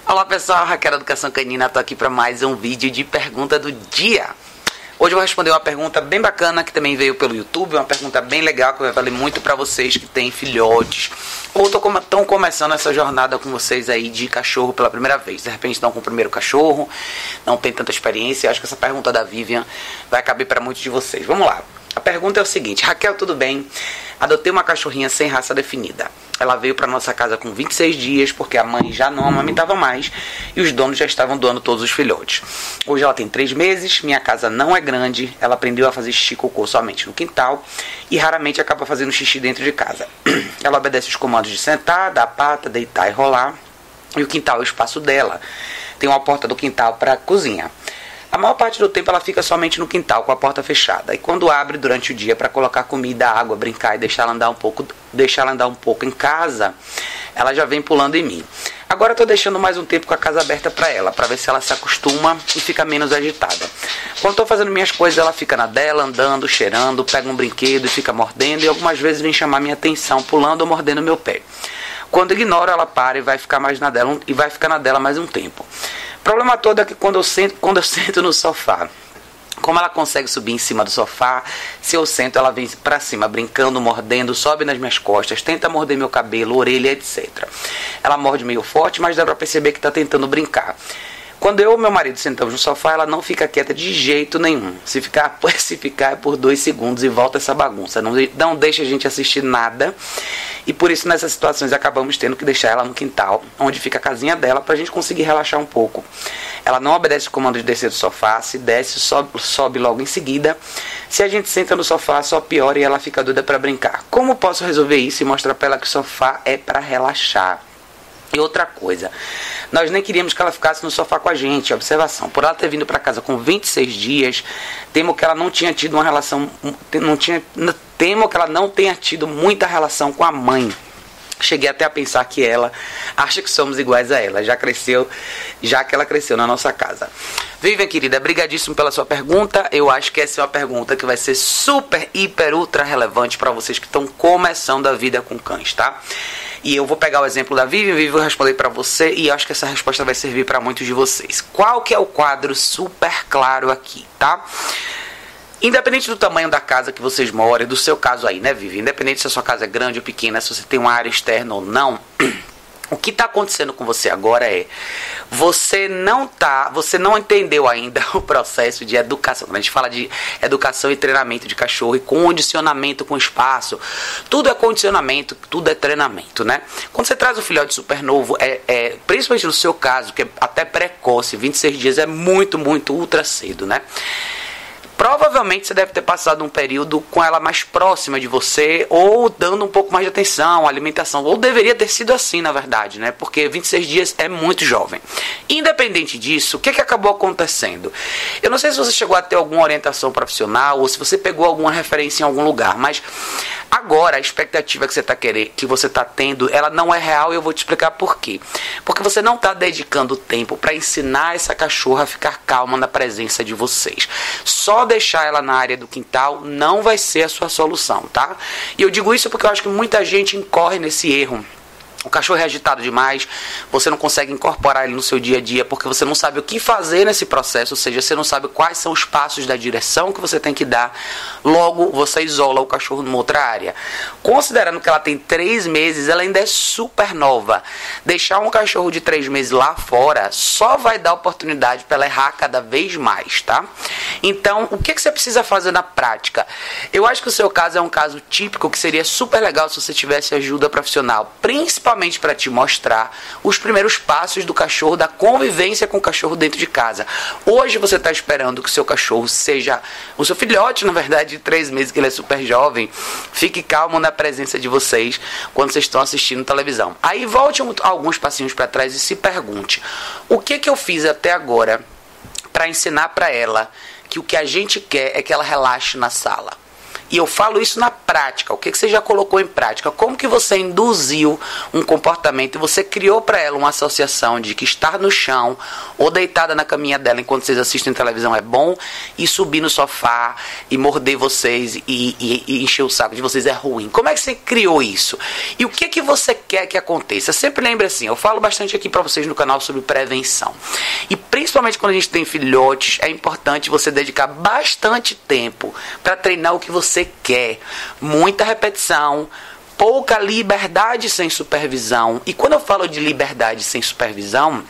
Olá pessoal, Raquel da Educação Canina, estou aqui para mais um vídeo de pergunta do dia. Hoje eu vou responder uma pergunta bem bacana que também veio pelo YouTube, uma pergunta bem legal que vai valer muito para vocês que têm filhotes ou estão começando essa jornada com vocês aí de cachorro pela primeira vez. De repente estão com o primeiro cachorro, não tem tanta experiência. Acho que essa pergunta da Vivian vai caber para muitos de vocês. Vamos lá. A pergunta é o seguinte: Raquel, tudo bem? Adotei uma cachorrinha sem raça definida. Ela veio para nossa casa com 26 dias porque a mãe já não amamentava mais e os donos já estavam doando todos os filhotes. Hoje ela tem 3 meses, minha casa não é grande, ela aprendeu a fazer xixi e cocô somente no quintal e raramente acaba fazendo xixi dentro de casa. Ela obedece os comandos de sentar, dar pata, deitar e rolar, e o quintal é o espaço dela. Tem uma porta do quintal para a cozinha. A maior parte do tempo ela fica somente no quintal com a porta fechada. E quando abre durante o dia para colocar comida, água, brincar e deixar ela andar um pouco em casa, ela já vem pulando em mim. Agora estou deixando mais um tempo com a casa aberta para ela, para ver se ela se acostuma e fica menos agitada. Quando estou fazendo minhas coisas, ela fica na dela, andando, cheirando, pega um brinquedo e fica mordendo, e algumas vezes vem chamar minha atenção, pulando ou mordendo meu pé. Quando ignoro, ela para e vai ficar na dela mais um tempo. O problema todo é que quando eu sento no sofá, como ela consegue subir em cima do sofá, se eu sento ela vem pra cima, brincando, mordendo, sobe nas minhas costas, tenta morder meu cabelo, orelha, etc. Ela morde meio forte, mas dá pra perceber que tá tentando brincar. Quando eu e meu marido sentamos no sofá, ela não fica quieta de jeito nenhum. Se ficar é por 2 segundos e volta essa bagunça. Não deixa a gente assistir nada. E por isso, nessas situações, acabamos tendo que deixar ela no quintal, onde fica a casinha dela, pra gente conseguir relaxar um pouco. Ela não obedece o comando de descer do sofá. Se desce, sobe logo em seguida. Se a gente senta no sofá, só piora e ela fica doida pra brincar. Como posso resolver isso e mostrar pra ela que o sofá é pra relaxar? E outra coisa, nós nem queríamos que ela ficasse no sofá com a gente. Observação, por ela ter vindo para casa com 26 dias, temo que ela não tenha tido uma relação, temo que ela não tenha tido muita relação com a mãe. Cheguei até a pensar que ela acha que somos iguais a ela, já que ela cresceu na nossa casa. Vivian, querida, brigadíssimo pela sua pergunta. Eu acho que essa é uma pergunta que vai ser super, hiper, ultra relevante para vocês que estão começando a vida com cães, tá? E eu vou pegar o exemplo da Vivian, vou responder para você e acho que essa resposta vai servir para muitos de vocês. Qual que é o quadro super claro aqui, tá? Independente do tamanho da casa que vocês moram, do seu caso aí, né, Vivi? Independente se a sua casa é grande ou pequena, se você tem uma área externa ou não, o que está acontecendo com você agora é, você não entendeu ainda o processo de educação. Quando a gente fala de educação e treinamento de cachorro e condicionamento com espaço, tudo é condicionamento, tudo é treinamento, né? Quando você traz um filhote super novo, principalmente no seu caso, que é até precoce, 26 dias é muito, muito ultra cedo, né? Provavelmente você deve ter passado um período com ela mais próxima de você, ou dando um pouco mais de atenção, alimentação, ou deveria ter sido assim, na verdade, né? Porque 26 dias é muito jovem. Independente disso, o que acabou acontecendo? Eu não sei se você chegou a ter alguma orientação profissional, ou se você pegou alguma referência em algum lugar, mas agora a expectativa que você está tendo, ela não é real, e eu vou te explicar por quê. Porque você não está dedicando tempo para ensinar essa cachorra a ficar calma na presença de vocês. Só deixar ela na área do quintal não vai ser a sua solução, tá? E eu digo isso porque eu acho que muita gente incorre nesse erro. O cachorro é agitado demais, você não consegue incorporar ele no seu dia a dia porque você não sabe o que fazer nesse processo, ou seja, você não sabe quais são os passos da direção que você tem que dar, logo você isola o cachorro numa outra área. Considerando que ela tem 3 meses, ela ainda é super nova. Deixar um cachorro de 3 meses lá fora só vai dar oportunidade para ela errar cada vez mais, tá? Então, o que você precisa fazer na prática? Eu acho que o seu caso é um caso típico que seria super legal se você tivesse ajuda profissional, principalmente para te mostrar os primeiros passos do cachorro, da convivência com o cachorro dentro de casa. Hoje você está esperando que o seu cachorro seja, o seu filhote, na verdade, de 3 meses, que ele é super jovem, fique calmo na presença de vocês quando vocês estão assistindo televisão. Aí volte alguns passinhos para trás e se pergunte, o que eu fiz até agora para ensinar para ela que o que a gente quer é que ela relaxe na sala? E eu falo isso na prática. O que você já colocou em prática? Como que você induziu um comportamento e você criou para ela uma associação de que estar no chão ou deitada na caminha dela enquanto vocês assistem televisão é bom e subir no sofá e morder vocês e encher o saco de vocês é ruim? Como é que você criou isso? E o que você quer que aconteça? Sempre lembre assim, eu falo bastante aqui para vocês no canal sobre prevenção. E principalmente quando a gente tem filhotes, é importante você dedicar bastante tempo para treinar o que você quer. Muita repetição, pouca liberdade sem supervisão. E quando eu falo de liberdade sem supervisão,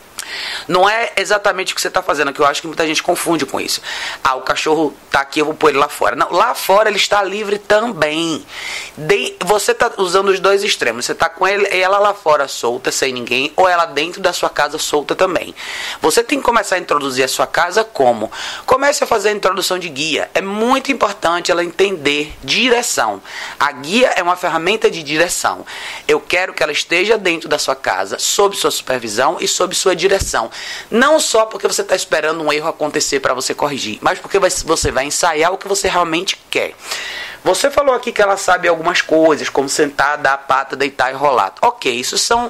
não é exatamente o que você está fazendo, que eu acho que muita gente confunde com isso. O cachorro está aqui, eu vou pôr ele lá fora. Não, lá fora ele está livre também. Você está usando os dois extremos. Você está com ela lá fora solta, sem ninguém, ou ela dentro da sua casa solta também. Você tem que começar a introduzir a sua casa como? Comece a fazer a introdução de guia. É muito importante ela entender direção. A guia é uma ferramenta de direção. Eu quero que ela esteja dentro da sua casa, sob sua supervisão e sob sua direção. Não só porque você está esperando um erro acontecer para você corrigir, mas porque você vai ensaiar o que você realmente quer. Você falou aqui que ela sabe algumas coisas, como sentar, dar a pata, deitar e rolar. Ok, isso são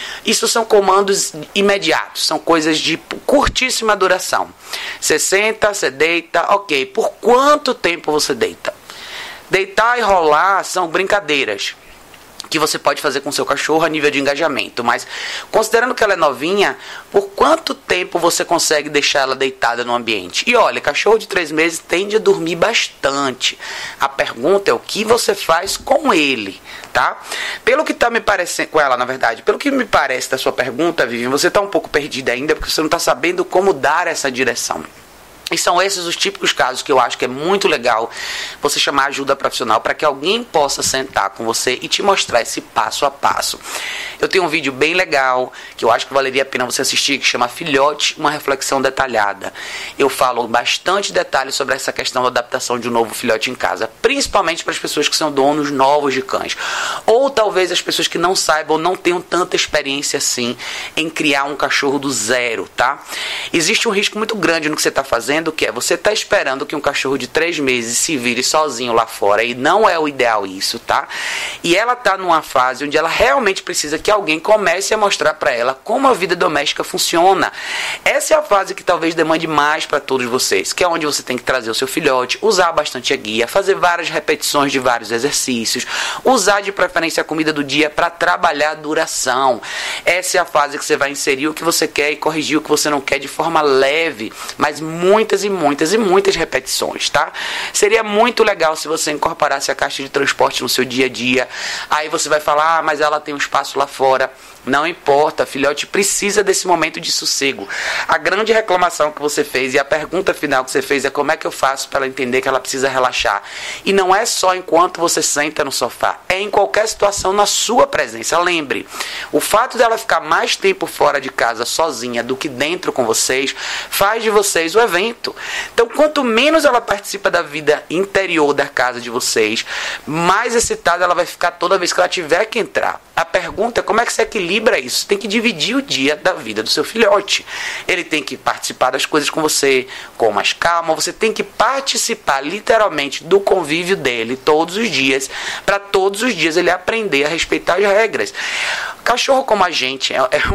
comandos imediatos, são coisas de curtíssima duração. Você senta, você deita, ok. Por quanto tempo você deita? Deitar e rolar são brincadeiras que você pode fazer com seu cachorro a nível de engajamento, mas considerando que ela é novinha, por quanto tempo você consegue deixar ela deitada no ambiente? E olha, cachorro de 3 meses tende a dormir bastante. A pergunta é o que você faz com ele, tá? Pelo que tá me parecendo, com ela na verdade, pelo que me parece da sua pergunta, Vivian, você tá um pouco perdida ainda porque você não tá sabendo como dar essa direção. E são esses os típicos casos que eu acho que é muito legal você chamar ajuda profissional para que alguém possa sentar com você e te mostrar esse passo a passo. Eu tenho um vídeo bem legal que eu acho que valeria a pena você assistir, que chama Filhote, uma reflexão detalhada. Eu falo bastante detalhes sobre essa questão da adaptação de um novo filhote em casa, principalmente para as pessoas que são donos novos de cães. Ou talvez as pessoas que não saibam, não tenham tanta experiência assim em criar um cachorro do zero, tá? Existe um risco muito grande no que você está fazendo, que é você está esperando que um cachorro de 3 meses se vire sozinho lá fora, e não é o ideal isso, tá? E ela está numa fase onde ela realmente precisa que alguém comece a mostrar para ela como a vida doméstica funciona. Essa é a fase que talvez demande mais para todos vocês, que é onde você tem que trazer o seu filhote, usar bastante a guia, fazer várias repetições de vários exercícios, usar de preferência a comida do dia para trabalhar a duração. Essa é a fase que você vai inserir o que você quer e corrigir o que você não quer de forma leve, mas muitas e muitas repetições, tá? Seria muito legal se você incorporasse a caixa de transporte no seu dia a dia. Aí você vai falar, mas ela tem um espaço lá fora. Não importa, filhote precisa desse momento de sossego. A grande reclamação que você fez e a pergunta final que você fez é como é que eu faço para ela entender que ela precisa relaxar. E não é só enquanto você senta no sofá, é em qualquer situação na sua presença. Lembre, o fato dela ficar mais tempo fora de casa sozinha do que dentro com vocês, faz de vocês o evento. Então, quanto menos ela participa da vida interior da casa de vocês, mais excitada ela vai ficar toda vez que ela tiver que entrar. A pergunta é como é que você equilibra isso? Você tem que dividir o dia da vida do seu filhote. Ele tem que participar das coisas com você com mais calma. Você tem que participar literalmente do convívio dele todos os dias, para todos os dias ele aprender a respeitar as regras. Cachorro como a gente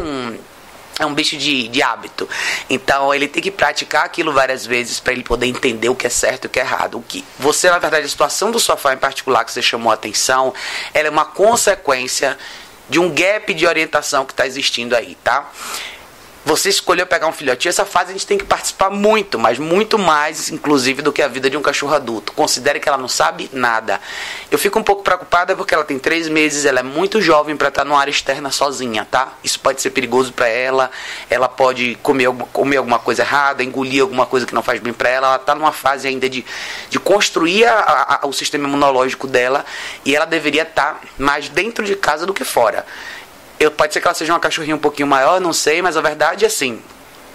é um bicho de hábito. Então ele tem que praticar aquilo várias vezes para ele poder entender o que é certo e o que é errado. O que você, na verdade, a situação do sofá em particular que você chamou a atenção, ela é uma consequência de um gap de orientação que está existindo aí, tá? Você escolheu pegar um filhotinho, essa fase a gente tem que participar muito, mas muito mais, inclusive, do que a vida de um cachorro adulto. Considere que ela não sabe nada. Eu fico um pouco preocupada porque ela tem 3 meses, ela é muito jovem para estar numa área externa sozinha, tá? Isso pode ser perigoso para ela, ela pode comer alguma coisa errada, engolir alguma coisa que não faz bem para ela. Ela está numa fase ainda de construir o sistema imunológico dela, e ela deveria estar mais dentro de casa do que fora. Pode ser que ela seja uma cachorrinha um pouquinho maior, não sei, mas a verdade é assim,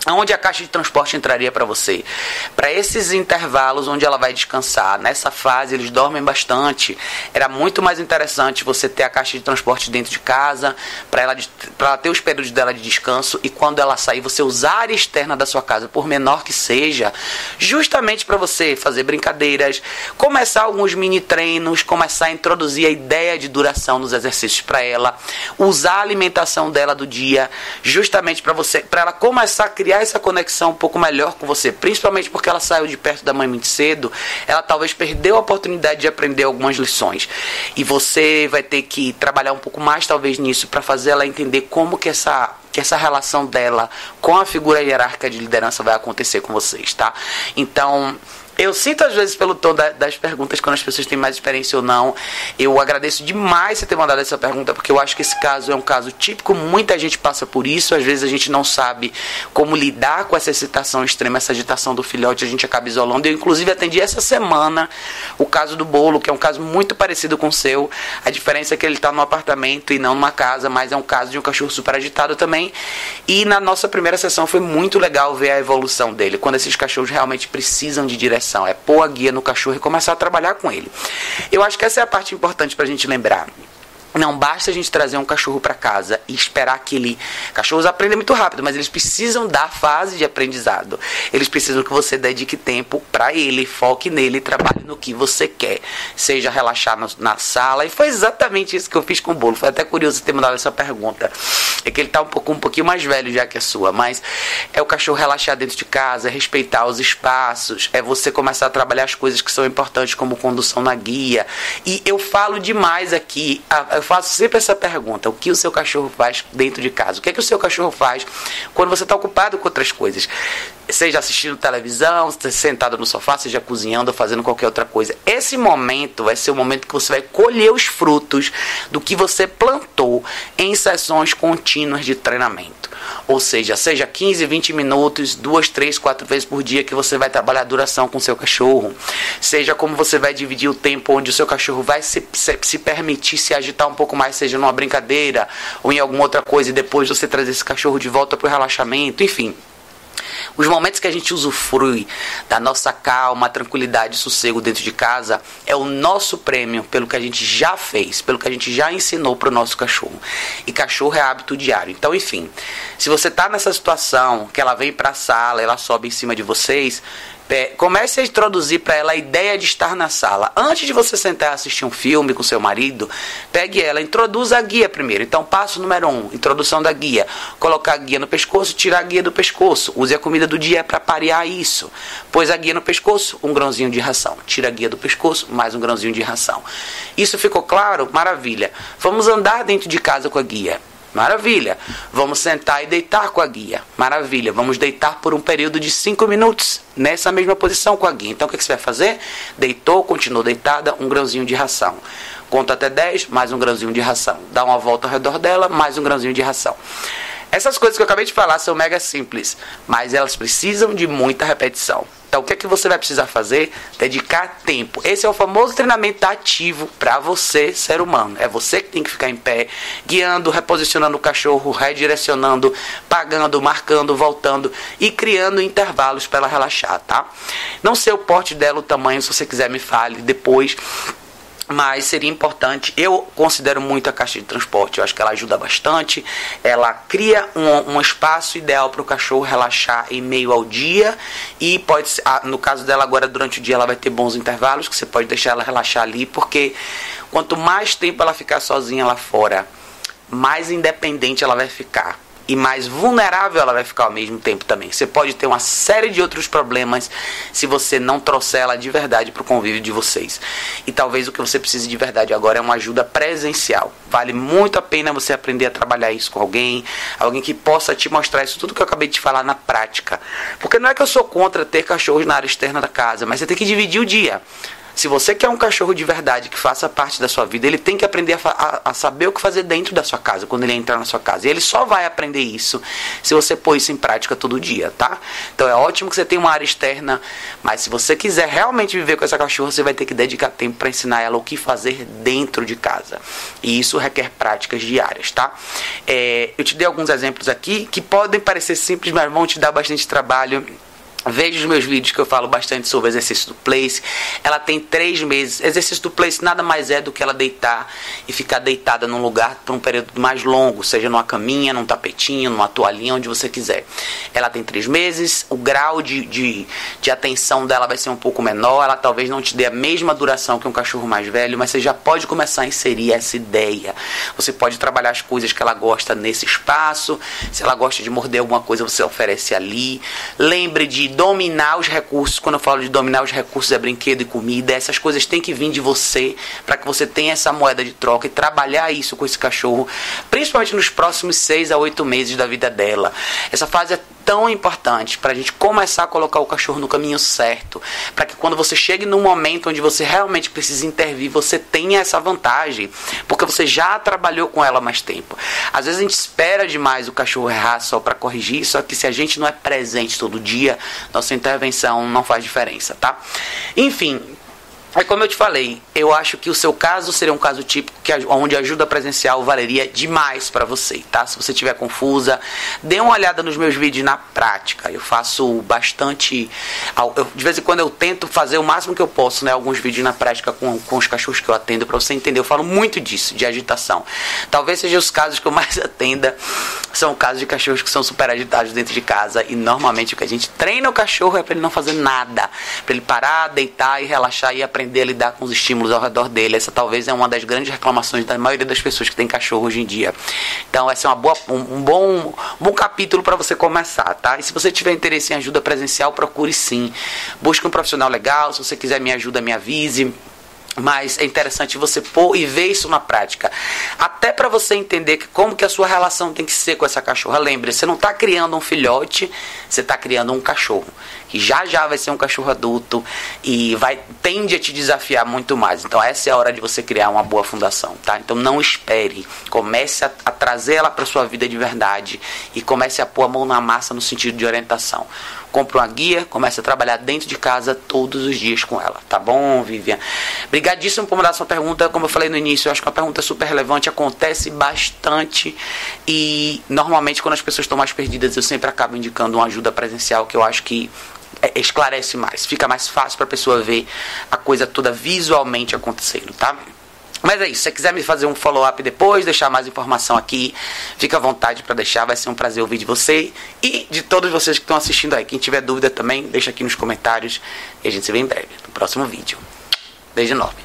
Onde a caixa de transporte entraria para você? Para esses intervalos onde ela vai descansar. Nessa fase eles dormem bastante. Era muito mais interessante você ter a caixa de transporte dentro de casa, para ela ter os períodos dela de descanso, e quando ela sair você usar a área externa da sua casa, por menor que seja, justamente para você fazer brincadeiras, começar alguns mini treinos, começar a introduzir a ideia de duração nos exercícios para ela, usar a alimentação dela do dia, justamente para ela começar a criar essa conexão um pouco melhor com você, principalmente porque ela saiu de perto da mãe muito cedo. Ela talvez perdeu a oportunidade de aprender algumas lições, e você vai ter que trabalhar um pouco mais talvez nisso, para fazer ela entender como que essa relação dela com a figura hierárquica de liderança vai acontecer com vocês, tá? Então, eu sinto às vezes pelo tom das perguntas, quando as pessoas têm mais experiência ou não. Eu agradeço demais você ter mandado essa pergunta, porque eu acho que esse caso é um caso típico. Muita gente passa por isso. Às vezes a gente não sabe como lidar com essa excitação extrema, essa agitação do filhote, a gente acaba isolando. Eu inclusive atendi essa semana o caso do Bolo, que é um caso muito parecido com o seu. A diferença é que ele está num apartamento e não numa casa, mas é um caso de um cachorro super agitado também. E na nossa primeira sessão foi muito legal ver a evolução dele, quando esses cachorros realmente precisam de direção. É pôr a guia no cachorro e começar a trabalhar com ele. Eu acho que essa é a parte importante para a gente lembrar. Não basta a gente trazer um cachorro para casa e esperar que ele... Cachorros aprendem muito rápido, mas eles precisam da fase de aprendizado. Eles precisam que você dedique tempo para ele, foque nele, trabalhe no que você quer. Seja relaxar na sala. E foi exatamente isso que eu fiz com o Bolo. Foi até curioso ter mandado essa pergunta. É que ele está um pouquinho mais velho já que a sua, mas é o cachorro relaxar dentro de casa, é respeitar os espaços, é você começar a trabalhar as coisas que são importantes, como condução na guia. E eu falo demais aqui... Eu faço sempre essa pergunta: o que o seu cachorro faz dentro de casa? O que é que o seu cachorro faz quando você está ocupado com outras coisas? Seja assistindo televisão, sentado no sofá, seja cozinhando ou fazendo qualquer outra coisa. Esse momento vai ser o momento que você vai colher os frutos do que você plantou em sessões contínuas de treinamento. Ou seja 15, 20 minutos, 2, 3, 4 vezes por dia que você vai trabalhar a duração com o seu cachorro. Seja como você vai dividir o tempo onde o seu cachorro vai se permitir se agitar um pouco mais, seja numa brincadeira ou em alguma outra coisa, e depois você trazer esse cachorro de volta para o relaxamento, enfim. Os momentos que a gente usufrui da nossa calma, tranquilidade e sossego dentro de casa é o nosso prêmio pelo que a gente já fez, pelo que a gente já ensinou para o nosso cachorro. E cachorro é hábito diário. Então, enfim, se você está nessa situação que ela vem para a sala, ela sobe em cima de vocês, comece a introduzir para ela a ideia de estar na sala. Antes de você sentar e assistir um filme com seu marido, pegue ela, introduza a guia primeiro. Então, passo número 1, introdução da guia. Colocar a guia no pescoço, tirar a guia do pescoço. Use a comida do dia para parear isso. Pôs a guia no pescoço, um grãozinho de ração. Tira a guia do pescoço, mais um grãozinho de ração. Isso ficou claro? Maravilha. Vamos andar dentro de casa com a guia. Maravilha. Vamos sentar e deitar com a guia. Maravilha. Vamos deitar por um período de 5 minutos nessa mesma posição com a guia. Então o que você vai fazer? Deitou, continuou deitada, um grãozinho de ração. Conta até 10, mais um grãozinho de ração. Dá uma volta ao redor dela, mais um grãozinho de ração. Essas coisas que eu acabei de falar são mega simples, mas elas precisam de muita repetição. Então, o que é que você vai precisar fazer? Dedicar tempo. Esse é o famoso treinamento ativo para você, ser humano. É você que tem que ficar em pé, guiando, reposicionando o cachorro, redirecionando, pagando, marcando, voltando e criando intervalos para ela relaxar, tá? Não sei o porte dela, o tamanho, se você quiser me fale depois. Mas seria importante, eu considero muito a caixa de transporte, eu acho que ela ajuda bastante, ela cria um espaço ideal para o cachorro relaxar em meio ao dia, e pode, no caso dela agora durante o dia ela vai ter bons intervalos, que você pode deixar ela relaxar ali, porque quanto mais tempo ela ficar sozinha lá fora, mais independente ela vai ficar. E mais vulnerável ela vai ficar ao mesmo tempo também. Você pode ter uma série de outros problemas se você não trouxer ela de verdade para o convívio de vocês. E talvez o que você precise de verdade agora é uma ajuda presencial. Vale muito a pena você aprender a trabalhar isso com alguém que possa te mostrar isso tudo que eu acabei de falar na prática. Porque não é que eu sou contra ter cachorros na área externa da casa, mas você tem que dividir o dia. Se você quer um cachorro de verdade que faça parte da sua vida, ele tem que aprender a saber o que fazer dentro da sua casa, quando ele entrar na sua casa. E ele só vai aprender isso se você pôr isso em prática todo dia, tá? Então é ótimo que você tenha uma área externa, mas se você quiser realmente viver com essa cachorra, você vai ter que dedicar tempo para ensinar ela o que fazer dentro de casa. E isso requer práticas diárias, tá? Eu te dei alguns exemplos aqui que podem parecer simples, mas vão te dar bastante trabalho. Veja os meus vídeos que eu falo bastante sobre o exercício do place. Ela tem 3 meses. Exercício do place nada mais é do que ela deitar e ficar deitada num lugar por um período mais longo, seja numa caminha, num tapetinho, numa toalhinha, onde você quiser. Ela tem 3 meses, o grau de atenção dela vai ser um pouco menor, ela talvez não te dê a mesma duração que um cachorro mais velho, mas você já pode começar a inserir essa ideia. Você pode trabalhar as coisas que ela gosta nesse espaço. Se ela gosta de morder alguma coisa, você oferece ali. Lembre de dominar os recursos. Quando eu falo de dominar os recursos, é brinquedo e comida. Essas coisas têm que vir de você, para que você tenha essa moeda de troca e trabalhar isso com esse cachorro, principalmente nos próximos 6 a 8 meses da vida dela. Essa fase é tão importante para a gente começar a colocar o cachorro no caminho certo, para que quando você chegue num momento onde você realmente precisa intervir, você tenha essa vantagem, porque você já trabalhou com ela há mais tempo. Às vezes a gente espera demais o cachorro errar só para corrigir, só que se a gente não é presente todo dia, nossa intervenção não faz diferença, tá? Enfim, como eu te falei, eu acho que o seu caso seria um caso típico onde a ajuda presencial valeria demais para você, tá? Se você estiver confusa, dê uma olhada nos meus vídeos na prática. Eu faço bastante... de vez em quando eu tento fazer o máximo que eu posso, né? Alguns vídeos na prática com os cachorros que eu atendo, para você entender. Eu falo muito disso, de agitação. Talvez sejam os casos que eu mais atenda, são casos de cachorros que são super agitados dentro de casa. E normalmente o que a gente treina o cachorro é para ele não fazer nada. Para ele parar, deitar e relaxar e aprender a lidar com os estímulos ao redor dele. Essa talvez é uma das grandes reclamações da maioria das pessoas que tem cachorro hoje em dia. Então essa é um bom capítulo para você começar, tá? E se você tiver interesse em ajuda presencial, procure sim. Busque um profissional legal. Se você quiser minha ajuda, me avise. Mas é interessante você pôr e ver isso na prática. Até para você entender como que a sua relação tem que ser com essa cachorra. Lembre, você não está criando um filhote, você está criando um cachorro. Que já vai ser um cachorro adulto e tende a te desafiar muito mais. Então essa é a hora de você criar uma boa fundação, tá? Então não espere. Comece a trazer ela para sua vida de verdade. E comece a pôr a mão na massa no sentido de orientação. Compre uma guia, comece a trabalhar dentro de casa todos os dias com ela, tá bom, Vivian? Obrigadíssimo por mandar sua pergunta. Como eu falei no início, eu acho que é uma pergunta super relevante, acontece bastante e normalmente quando as pessoas estão mais perdidas, eu sempre acabo indicando uma ajuda presencial, que eu acho que esclarece mais, fica mais fácil para a pessoa ver a coisa toda visualmente acontecendo, tá? Mas é isso, se você quiser me fazer um follow-up depois, deixar mais informação aqui, fica à vontade para deixar, vai ser um prazer ouvir de você e de todos vocês que estão assistindo aí. Quem tiver dúvida também, deixa aqui nos comentários e a gente se vê em breve, no próximo vídeo. Beijo enorme.